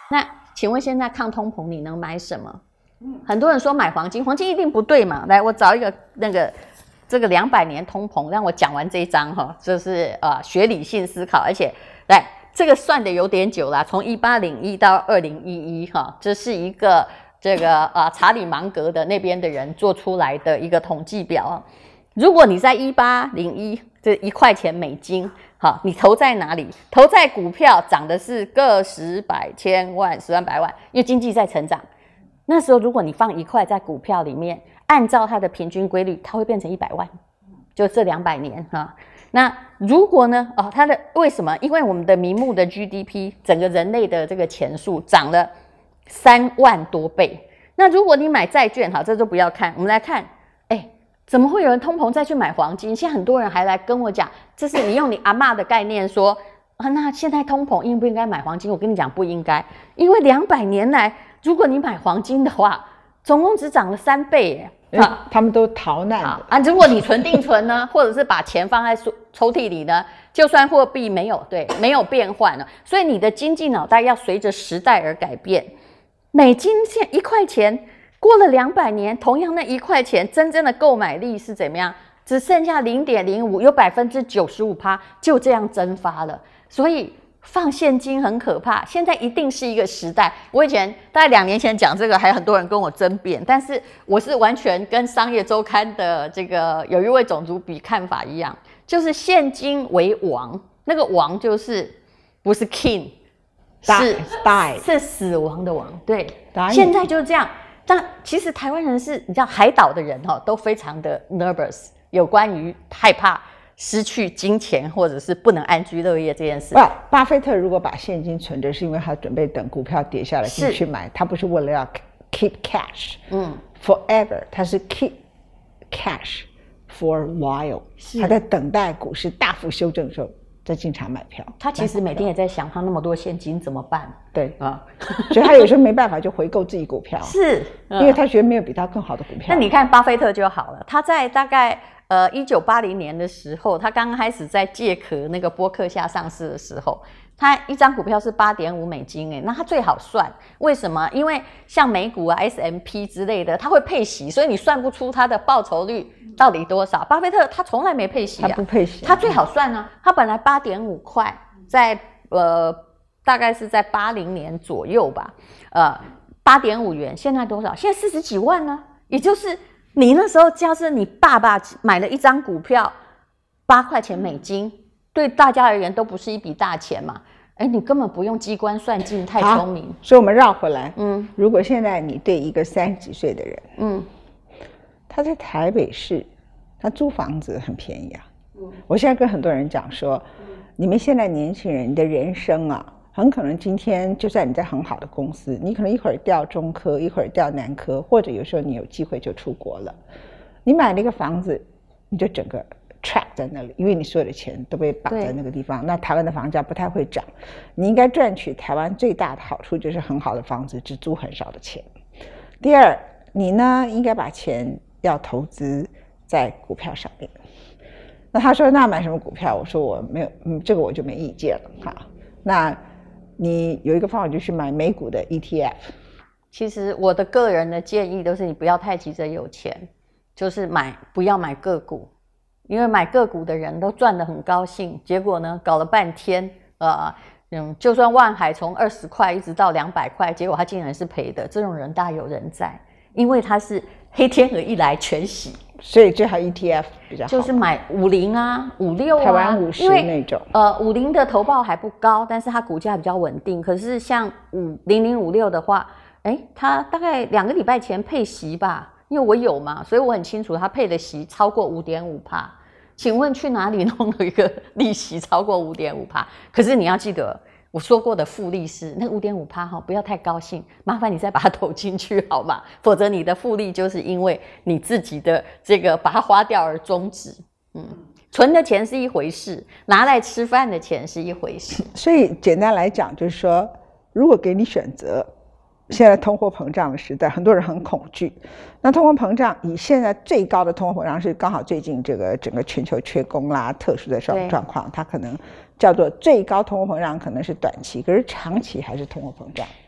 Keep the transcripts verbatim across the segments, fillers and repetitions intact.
那请问现在抗通膨你能买什么？很多人说买黄金，黄金一定不对嘛？来，我找一个那个这个两百年通膨，让我讲完这一章哈，这是呃学理性思考，而且来这个算的有点久啦，从一八零一到二零一一哈，这是一个这个呃查理芒格的那边的人做出来的一个统计表啊。如果你在一八零一这一块钱美金，好，你投在哪里？投在股票涨的是个十百千万十万百万，因为经济在成长。那时候如果你放一块在股票里面，按照它的平均规律，它会变成一百万，就这两百年哈。那如果呢？哦，它的为什么？因为我们的名目的 G D P， 整个人类的这个钱数涨了三万多倍。那如果你买债券，好，这都不要看，我们来看，哎，怎么会有人通膨再去买黄金？现在很多人还来跟我讲，这是你用你阿嬷的概念说啊，那现在通膨应不应该买黄金？我跟你讲不应该，因为两百年来，如果你买黄金的话，总共只涨了三倍耶。 啊，他们都逃难的啊！如果你存定存呢，或者是把钱放在抽屉里呢，就算货币没有对没有变换了，所以你的经济脑袋要随着时代而改变。美金现一块钱，过了两百年，同样那一块钱真正的购买力是怎么样？只剩下零点零五，有百分之九十五趴就这样蒸发了。所以放现金很可怕，现在一定是一个时代。我以前大概两年前讲这个，还有很多人跟我争辩，但是我是完全跟商业周刊的这个有一位总主笔看法一样，就是现金为王，那个王就是不是 king， 是 die 是死亡的王，对，现在就是这样。但其实台湾人是你知道海岛的人哦，都非常的 nervous， 有关于害怕失去金钱或者是不能安居乐业这件事。 well, 巴菲特如果把现金存着，是因为他准备等股票跌下来进去买，他不是为了要 keep cash 嗯 forever， 他是 keep cash for a while， 他在等待股市大幅修正的时候再进场买票。 他其实每天也在想，他那么多现金怎么办？ 对啊，所以他有时候没办法就回购自己股票， 是、 嗯、因为他觉得没有比他更好的股票。 那你看巴菲特就好了，他在大概呃一九八零年的时候，他刚开始在借壳那个波克夏上市的时候，他一张股票是 八点五美金诶，那他最好算，为什么？因为像美股啊 S and P 之类的，它会配息，所以你算不出它的报酬率到底多少。巴菲特他从来没配息啊， 他不配息， 他最好算啊，他本来 八点五块，在呃大概是在八零年左右吧，呃 八点五元，现在多少？现在四十几万呢，也就是你那时候要是你爸爸买了一张股票八块钱美金，对大家而言都不是一笔大钱嘛。哎，你根本不用机关算尽，太聪明。 所以我们绕回来，嗯，如果现在你对一个三十几岁的人，嗯，他在台北市，他租房子很便宜啊。嗯，我现在跟很多人讲说，嗯，你们现在年轻人的人生啊，很可能今天就算你在很好的公司，你可能一会儿调中科，一会儿调南科，或者有时候你有机会就出国了。你买了一个房子，你就整个 trap 在那里，因为你所有的钱都被绑在那个地方。那台湾的房价不太会涨，你应该赚取台湾最大的好处就是很好的房子只租很少的钱。第二，你呢应该把钱要投资在股票上面。那他说那买什么股票？我说我没有，嗯，这个我就没意见了哈。那你有一个方法就去买美股的 E T F。 其实我的个人的建议都是你不要太急着有钱，就是买不要买个股，因为买个股的人都赚得很高兴，结果呢搞了半天，呃，嗯，就算万海从二十块一直到两百块，结果他竟然是赔的，这种人大有人在，因为他是黑天鹅一来全洗。 所以最好 E T F 比较好， 就是买五零啊、五六啊， 台湾五十那种。 呃，五零的投报还不高，但是它股价比较稳定。可是像五零零五六的话，哎，它大概两个礼拜前配息吧，因为我有嘛，所以我很清楚它配的息超过五点五趴。请问去哪里弄了一个利息超过五点五趴？可是你要记得。我说过的复利是那 五点五趴 不要太高兴，麻烦你再把它投进去好吗？否则你的复利就是因为你自己的这个把它花掉而终止。嗯，存的钱是一回事，拿来吃饭的钱是一回事。 所以简单来讲就是说，如果给你选择，现在通货膨胀的时代，很多人很恐惧。那通货膨胀以现在最高的通货膨胀是刚好最近这个整个全球缺工啦，特殊的状况，它可能叫做最高通货膨胀可能是短期，可是长期还是通货膨胀。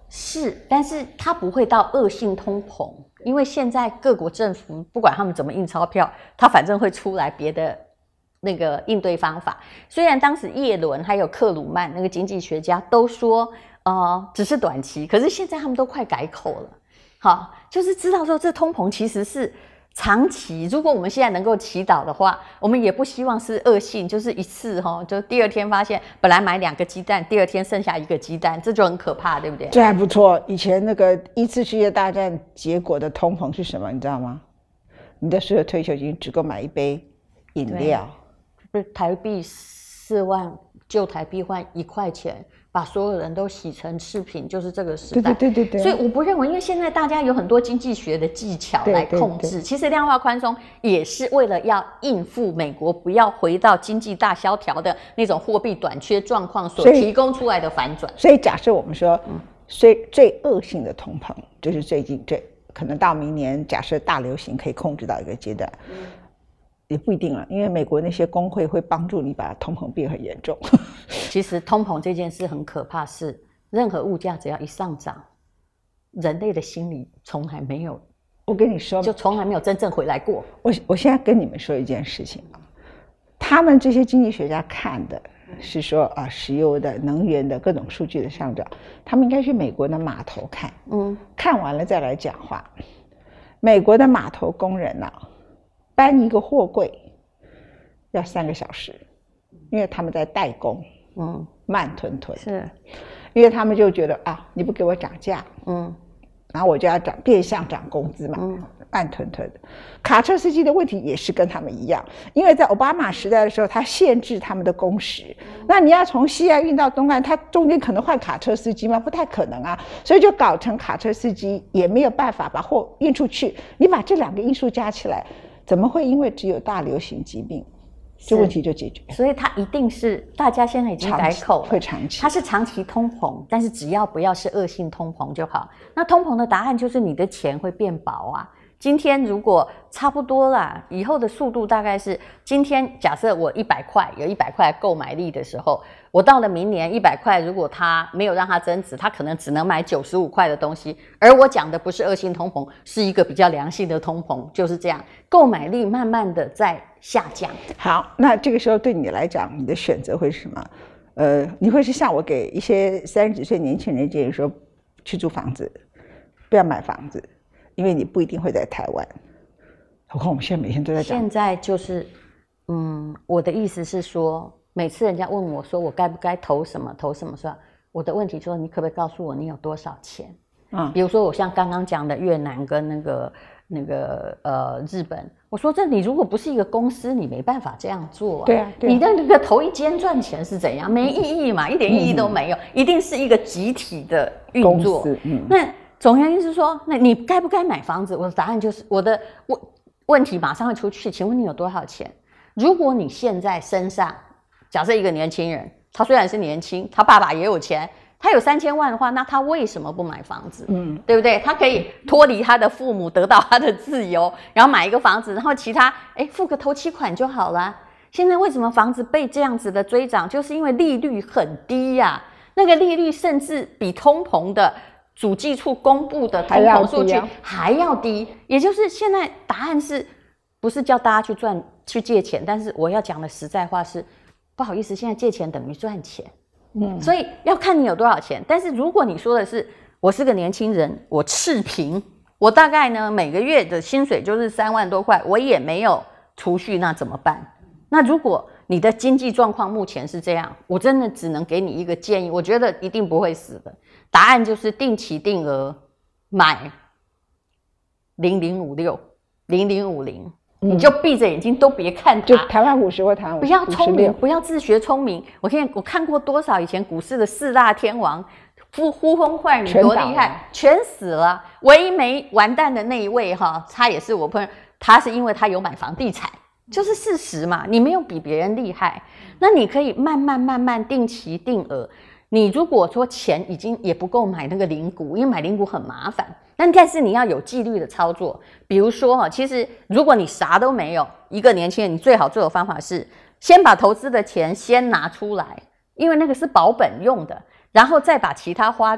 是，但是它不会到恶性通膨，因为现在各国政府不管他们怎么印钞票，它反正会出来别的那个应对方法。虽然当时叶伦还有克鲁曼那个经济学家都说，呃，只是短期，可是现在他们都快改口了。好，就是知道说这通膨其实是长期，如果我们现在能够祈祷的话，我们也不希望是恶性，就是一次哈，就第二天发现本来买两个鸡蛋，第二天剩下一个鸡蛋，这就很可怕，对不对？ 这还不错。以前那个一次世界大战结果的通膨是什么？你知道吗？你的所有退休金只够买一杯饮料， 不是台币四万，旧台币换一块钱。把所有人都洗成赤贫，就是这个时代。 对对对对。 所以我不认为，因为现在大家有很多经济学的技巧来控制。对对对，其实量化宽松也是为了要应付美国不要回到经济大萧条的那种货币短缺状况所提供出来的反转。 所以假设我们说，最最恶性的通膨就是最近最可能到明年，假设大流行可以控制到一个阶段。嗯，也不一定了，因为美国那些工会会帮助你把通膨变很严重。 其实通膨这件事很可怕，是任何物价只要一上涨，人类的心理从来没有， 我跟你说， 就从来没有真正回来过。 我我现在跟你们说一件事情啊，他们这些经济学家看的是说啊，石油的、能源的各种数据的上涨，他们应该去美国的码头看，嗯，看完了再来讲话。美国的码头工人啊，搬一个货柜要三个小时，因为他们在代工，嗯，慢吞吞， 是， 因为他们就觉得啊，你不给我涨价，嗯，然后我就要涨，变相涨工资嘛，嗯，慢吞吞的。卡车司机的问题也是跟他们一样，因为在奥巴马时代的时候，他限制他们的工时，嗯，那你要从西岸运到东岸，他中间可能换卡车司机吗？不太可能啊，所以就搞成卡车司机也没有办法把货运出去。你把这两个因素加起来，怎么会因为只有大流行疾病这问题就解决？ 所以它一定是大家现在已经改口了， 会长期， 它是长期通膨，但是只要不要是恶性通膨就好。那通膨的答案就是你的钱会变薄啊。今天如果差不多啦，以后的速度大概是今天假设我一百块有一百块购买力的时候，我到了明年一百块，如果它没有让它增值，它可能只能买九十五块的东西。而我讲的不是恶性通膨，是一个比较良性的通膨，就是这样，购买力慢慢的在下降。 好，那这个时候对你来讲，你的选择会是什么？呃，你会是像我给一些三十几岁年轻人建议说，去租房子，不要买房子。因为你不一定会在台湾，何况我们现在每天都在讲。 现在就是，嗯，我的意思是说，每次人家问我说我该不该投什么投什么，说我的问题说你可不可以告诉我你有多少钱？嗯，比如说我像刚刚讲的越南跟那个那个呃日本，我说这你如果不是一个公司，你没办法这样做啊。 对啊，对啊， 你的那个头一间赚钱是怎样？没意义嘛，一点意义都没有，嗯，一定是一个集体的运作。公司，嗯，那。总原因是说，那你该不该买房子？我的答案就是，我的问问题马上会出去。请问你有多少钱？如果你现在身上，假设一个年轻人，他虽然是年轻，他爸爸也有钱，他有三千万的话，那他为什么不买房子？嗯，对不对？他可以脱离他的父母，得到他的自由，然后买一个房子，然后其他哎付个头期款就好了。现在为什么房子被这样子的追涨？就是因为利率很低呀，啊，那个利率甚至比通膨的。主计处公布的通膨数据还要低，也就是现在答案是不是叫大家去赚去借钱？但是我要讲的实在话是，不好意思，现在借钱等于赚钱，嗯，所以要看你有多少钱。但是如果你说的是我是个年轻人，我赤贫，我大概呢每个月的薪水就是三万多块，我也没有储蓄，那怎么办？那如果你的经济状况目前是这样，我真的只能给你一个建议，我觉得一定不会死的。答案就是定期定额买零零五六、零零五零，你就闭着眼睛都别看它， 就台湾五十或台湾五十， 不要聪明，不要自学聪明。我现在我看过多少以前股市的四大天王，呼呼风唤雨多厉害，全死了。唯一没完蛋的那一位哈，他也是我朋友，他是因为他有买房地产。就是事实嘛，你没有比别人厉害，那你可以慢慢慢慢定期定额。你如果说钱已经也不够买那个零股，因为买零股很麻烦，但但是你要有纪律的操作。比如说其实如果你啥都没有，一个年轻人你最好做的方法是先把投资的钱先拿出来，因为那个是保本用的，然后再把其他花掉。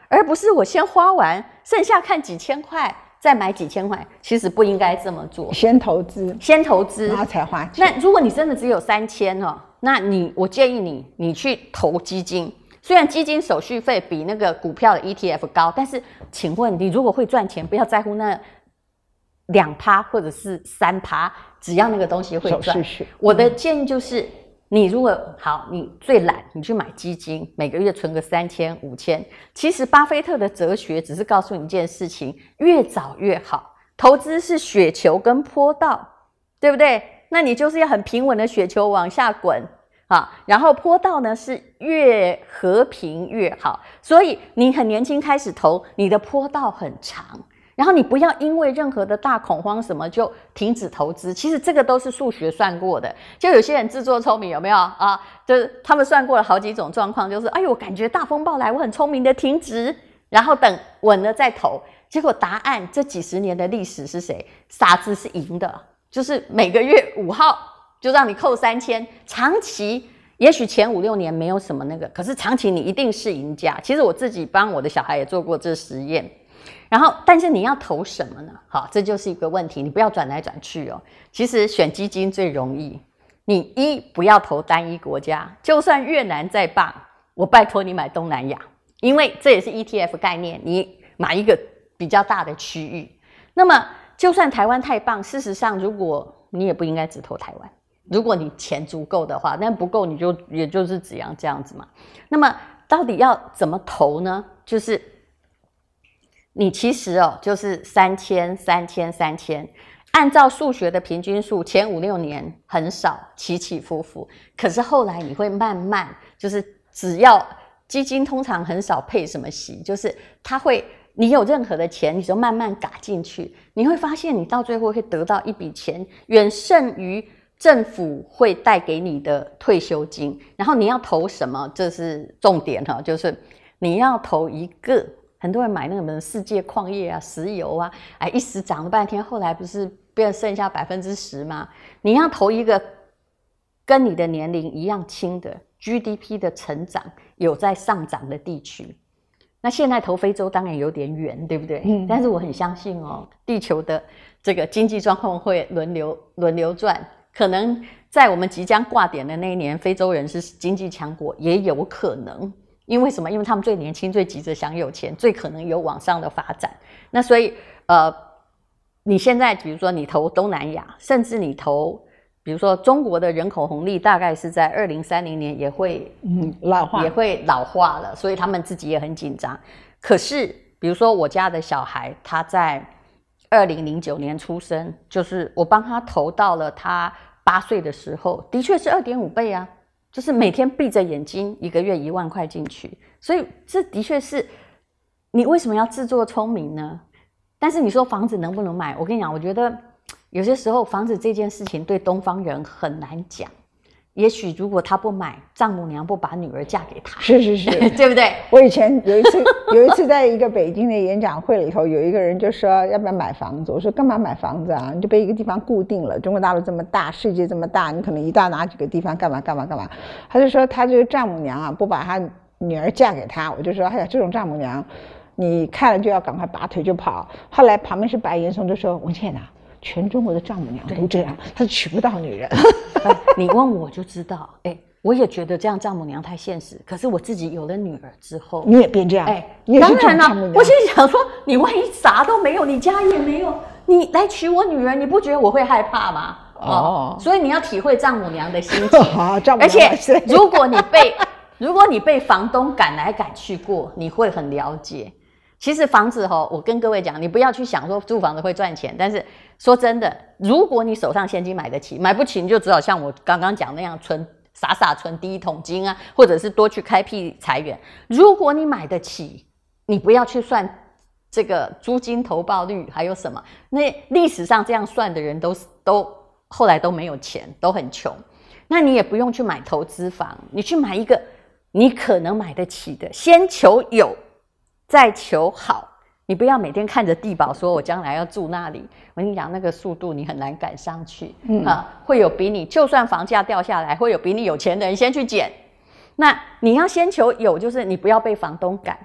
而不是我先花完，剩下看几千块再买几千块，其实不应该这么做。 先投资， 先投资， 然后才花钱。 那如果你真的只有三千哦，那你我建议你，你去投基金。虽然基金手续费比那个股票的 E T F 高，但是请问你如果会赚钱，不要在乎那两趴或者是三趴，只要那个东西会赚。我的建议就是。你如果好，你最懒，你去买基金，每个月存个三千、五千。其实巴菲特的哲学只是告诉你一件事情：越早越好。投资是雪球跟坡道，对不对？那你就是要很平稳的雪球往下滚啊，然后坡道呢是越和平越好。所以你很年轻开始投，你的坡道很长。然后你不要因为任何的大恐慌什么就停止投资，其实这个都是数学算过的。就有些人自作聪明，有没有啊？就是他们算过了好几种状况，就是哎呦，我感觉大风暴来，我很聪明的停止，然后等稳了再投。结果答案，这几十年的历史是谁？傻子是赢的，就是每个月五号就让你扣三千，长期也许前五六年没有什么那个，可是长期你一定是赢家。其实我自己帮我的小孩也做过这实验。然后，但是你要投什么呢？好，这就是一个问题，你不要转来转去哦。其实选基金最容易，你一不要投单一国家，就算越南再棒，我拜托你买东南亚，因为这也是 E T F 概念，你买一个比较大的区域。那么，就算台湾太棒，事实上，如果你也不应该只投台湾，如果你钱足够的话，但不够你就也就是只样这样子嘛。那么，到底要怎么投呢？就是。你其实哦，就是三千、三千、三千，按照数学的平均数，前五六年很少，起起伏伏。可是后来你会慢慢，就是只要基金通常很少配什么息，就是它会，你有任何的钱，你就慢慢嘎进去，你会发现你到最后会得到一笔钱，远胜于政府会带给你的退休金。然后你要投什么，这是重点哈，就是你要投一个。很多人买那个什么世界矿业啊、石油啊，哎，一时涨了半天，后来不是变剩下百分之十吗？你要投一个跟你的年龄一样轻的 G D P 的成长有在上涨的地区。那现在投非洲当然有点远，对不对？嗯。但是我很相信哦，地球的这个经济状况会轮流轮流转，可能在我们即将挂点的那一年，非洲人是经济强国，也有可能。因为什么？因为他们最年轻，最急着想有钱，最可能有往上的发展。那所以，呃，你现在比如说你投东南亚，甚至你投，比如说中国的人口红利大概是在二零三零年也会嗯老化， 也会老化了，所以他们自己也很紧张。可是，比如说我家的小孩，他在二零零九年出生，就是我帮他投到了他八岁的时候，的确是二点五倍啊。就是每天闭着眼睛，一个月一万块进去，所以这的确是你为什么要自作聪明呢？但是你说房子能不能买？我跟你讲，我觉得有些时候房子这件事情对东方人很难讲。也许如果他不买，丈母娘不把女儿嫁给他， 是是是， 对不对？ 我以前有一次有一次在一个北京的演讲会里头，有一个人就说要不要买房子？我说干嘛买房子啊？你就被一个地方固定了。中国大陆这么大，世界这么大，你可能一到哪几个地方干嘛干嘛干嘛。他就说他这个丈母娘啊，不把他女儿嫁给他。我就说哎呀，这种丈母娘，你看了就要赶快拔腿就跑。后来旁边是白岩松就说文倩啊。全中国的丈母娘都这样，她娶不到女人。 你问我就知道，哎，我也觉得这样丈母娘太现实。可是我自己有了女儿之后， 你也变这样， 哎， 你也是当然了。我心里想说，你万一啥都没有，你家也没有，你来娶我女儿，你不觉得我会害怕吗？哦，所以你要体会丈母娘的心情。 好，丈母娘。而且，如果你被如果你被房东赶来赶去过，你会很了解。其实房子齁，我跟各位讲，你不要去想说租房子会赚钱，但是说真的，如果你手上现金买得起，买不起你就只好像我刚刚讲那样存傻傻存第一桶金啊，或者是多去开辟财源。如果你买得起，你不要去算这个租金投报率还有什么，那历史上这样算的人都都后来都没有钱，都很穷。那你也不用去买投资房，你去买一个你可能买得起的，先求有。再求好，你不要每天看着地保说我将来要住那里，我跟你讲那个速度你很难赶上去、嗯啊、会有比你就算房价掉下来会有比你有钱的人先去捡。那你要先求有，就是你不要被房东赶，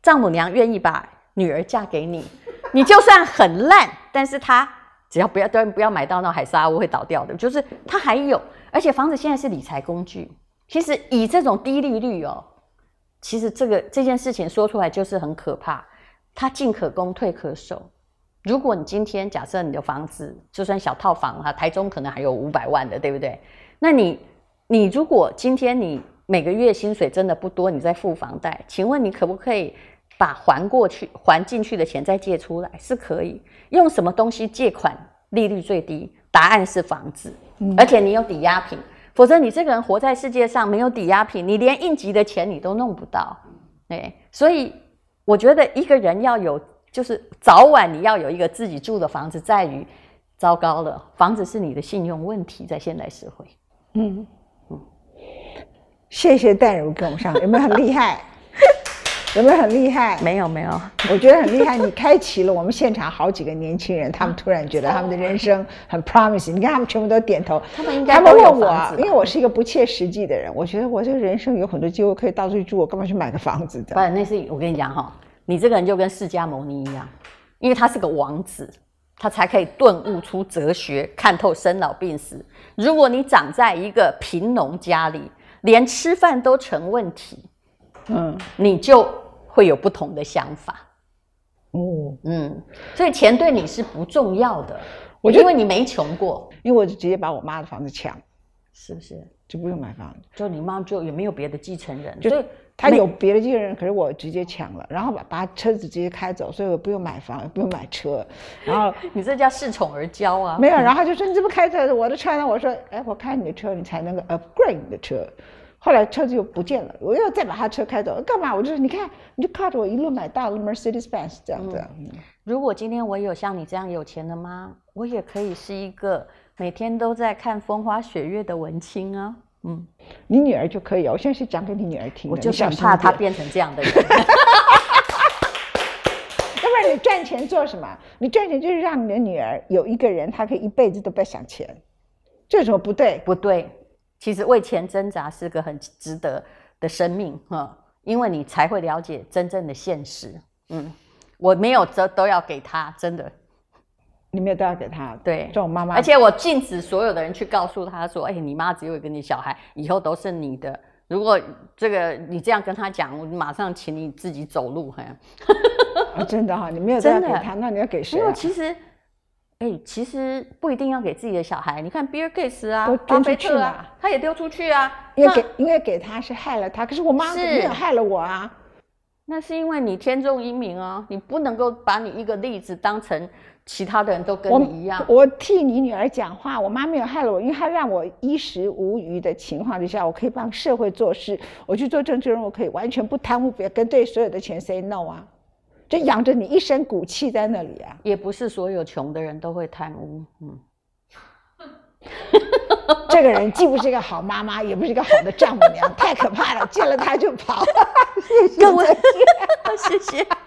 丈母娘愿意把女儿嫁给你，你就算很烂，但是她只要不要不要买到那海沙屋会倒掉的，就是她还有，而且房子现在是理财工具。其实以这种低利率哦，其实这个这件事情说出来就是很可怕，它进可攻退可守。如果你今天假设你的房子就算小套房哈，台中可能还有五百万的，对不对？那你你如果今天你每个月薪水真的不多，你在付房贷，请问你可不可以把还过去还进去的钱再借出来？是可以。用什么东西借款利率最低？答案是房子，嗯、而且你有抵押品，否则你这个人活在世界上没有抵押品，你连应急的钱你都弄不到。对，所以我觉得一个人要有。就是早晚你要有一个自己住的房子，在于糟糕了，房子是你的信用问题，在现代社会。 嗯嗯，谢谢淡如跟我们上，有没有很厉害？有没有很厉害？ 没有没有， 我觉得很厉害。你开启了我们现场好几个年轻人，他们突然觉得他们的人生很 promising。你看他们全部都点头， 他们应该都有房子。 因为我是一个不切实际的人，我觉得我这个人生有很多机会可以到处去住，我干嘛去买个房子的？ 不，那是我跟你讲哈。你这个人就跟释迦牟尼一样，因为他是个王子，他才可以顿悟出哲学，看透生老病死。如果你长在一个贫农家里，连吃饭都成问题，嗯，你就会有不同的想法。哦，嗯，所以钱对你是不重要的，我因为你没穷过， 因为我就直接把我妈的房子抢， 是不是？ 就不用买房子， 就你妈就也没有别的继承人， 所以他有别的继承人，可是我直接抢了，然后把把车子直接开走，所以我不用买房，也不用买车。然后你这叫恃宠而骄啊！ 没有，然后他就说你怎么开车？我的车呢？我说哎，我开你的车，你才能够 upgrade 你的车。后来车子又不见了，我又再把他车开走，干嘛？我就是你看，你就靠着我一路买到了 Mercedes-Benz 这样子。嗯嗯、如果今天我有像你这样有钱的妈，我也可以是一个每天都在看风花雪月的文青啊。嗯， 你女儿就可以，我现在是讲给你女儿听的， 我就很怕她变成这样的人。 要不然你赚钱做什么？你赚钱就是让你的女儿有一个人，她可以一辈子都不要想钱，这有什么不对？ 不对，其实为钱挣扎是个很值得的生命哈，因为你才会了解真正的现实。嗯，我没有都都要给她，真的。 你没有都要给他， 对， 这种妈妈， 而且我禁止所有的人去告诉他说：“哎、欸，你妈只有一个你小孩，以后都是你的。”如果这个你这样跟他讲，我马上请你自己走路。 哦、真的哈、哦，你没有都要给他，那你要给谁、啊？ 因为其实，哎、欸，其实不一定要给自己的小孩。你看比尔盖茨啊， 都丢出去啊，他也丢出去啊。 因为给因为给他是害了他，可是我妈没有害了我啊。 那是因为你天纵英明啊，你不能够把你一个例子当成其他的人都跟你一样。 我, 我替你女儿讲话，我妈没有害了我，因为她让我衣食无余的情况之下，我可以帮社会做事，我去做政治人物，我可以完全不贪污，别跟对所有的钱 say no 啊，就养着你一身骨气在那里啊。 也不是所有穷的人都会贪污，嗯。 这个人既不是一个好妈妈，也不是一个好的丈母娘，太可怕了，见了他就跑。 谢谢各位，谢谢。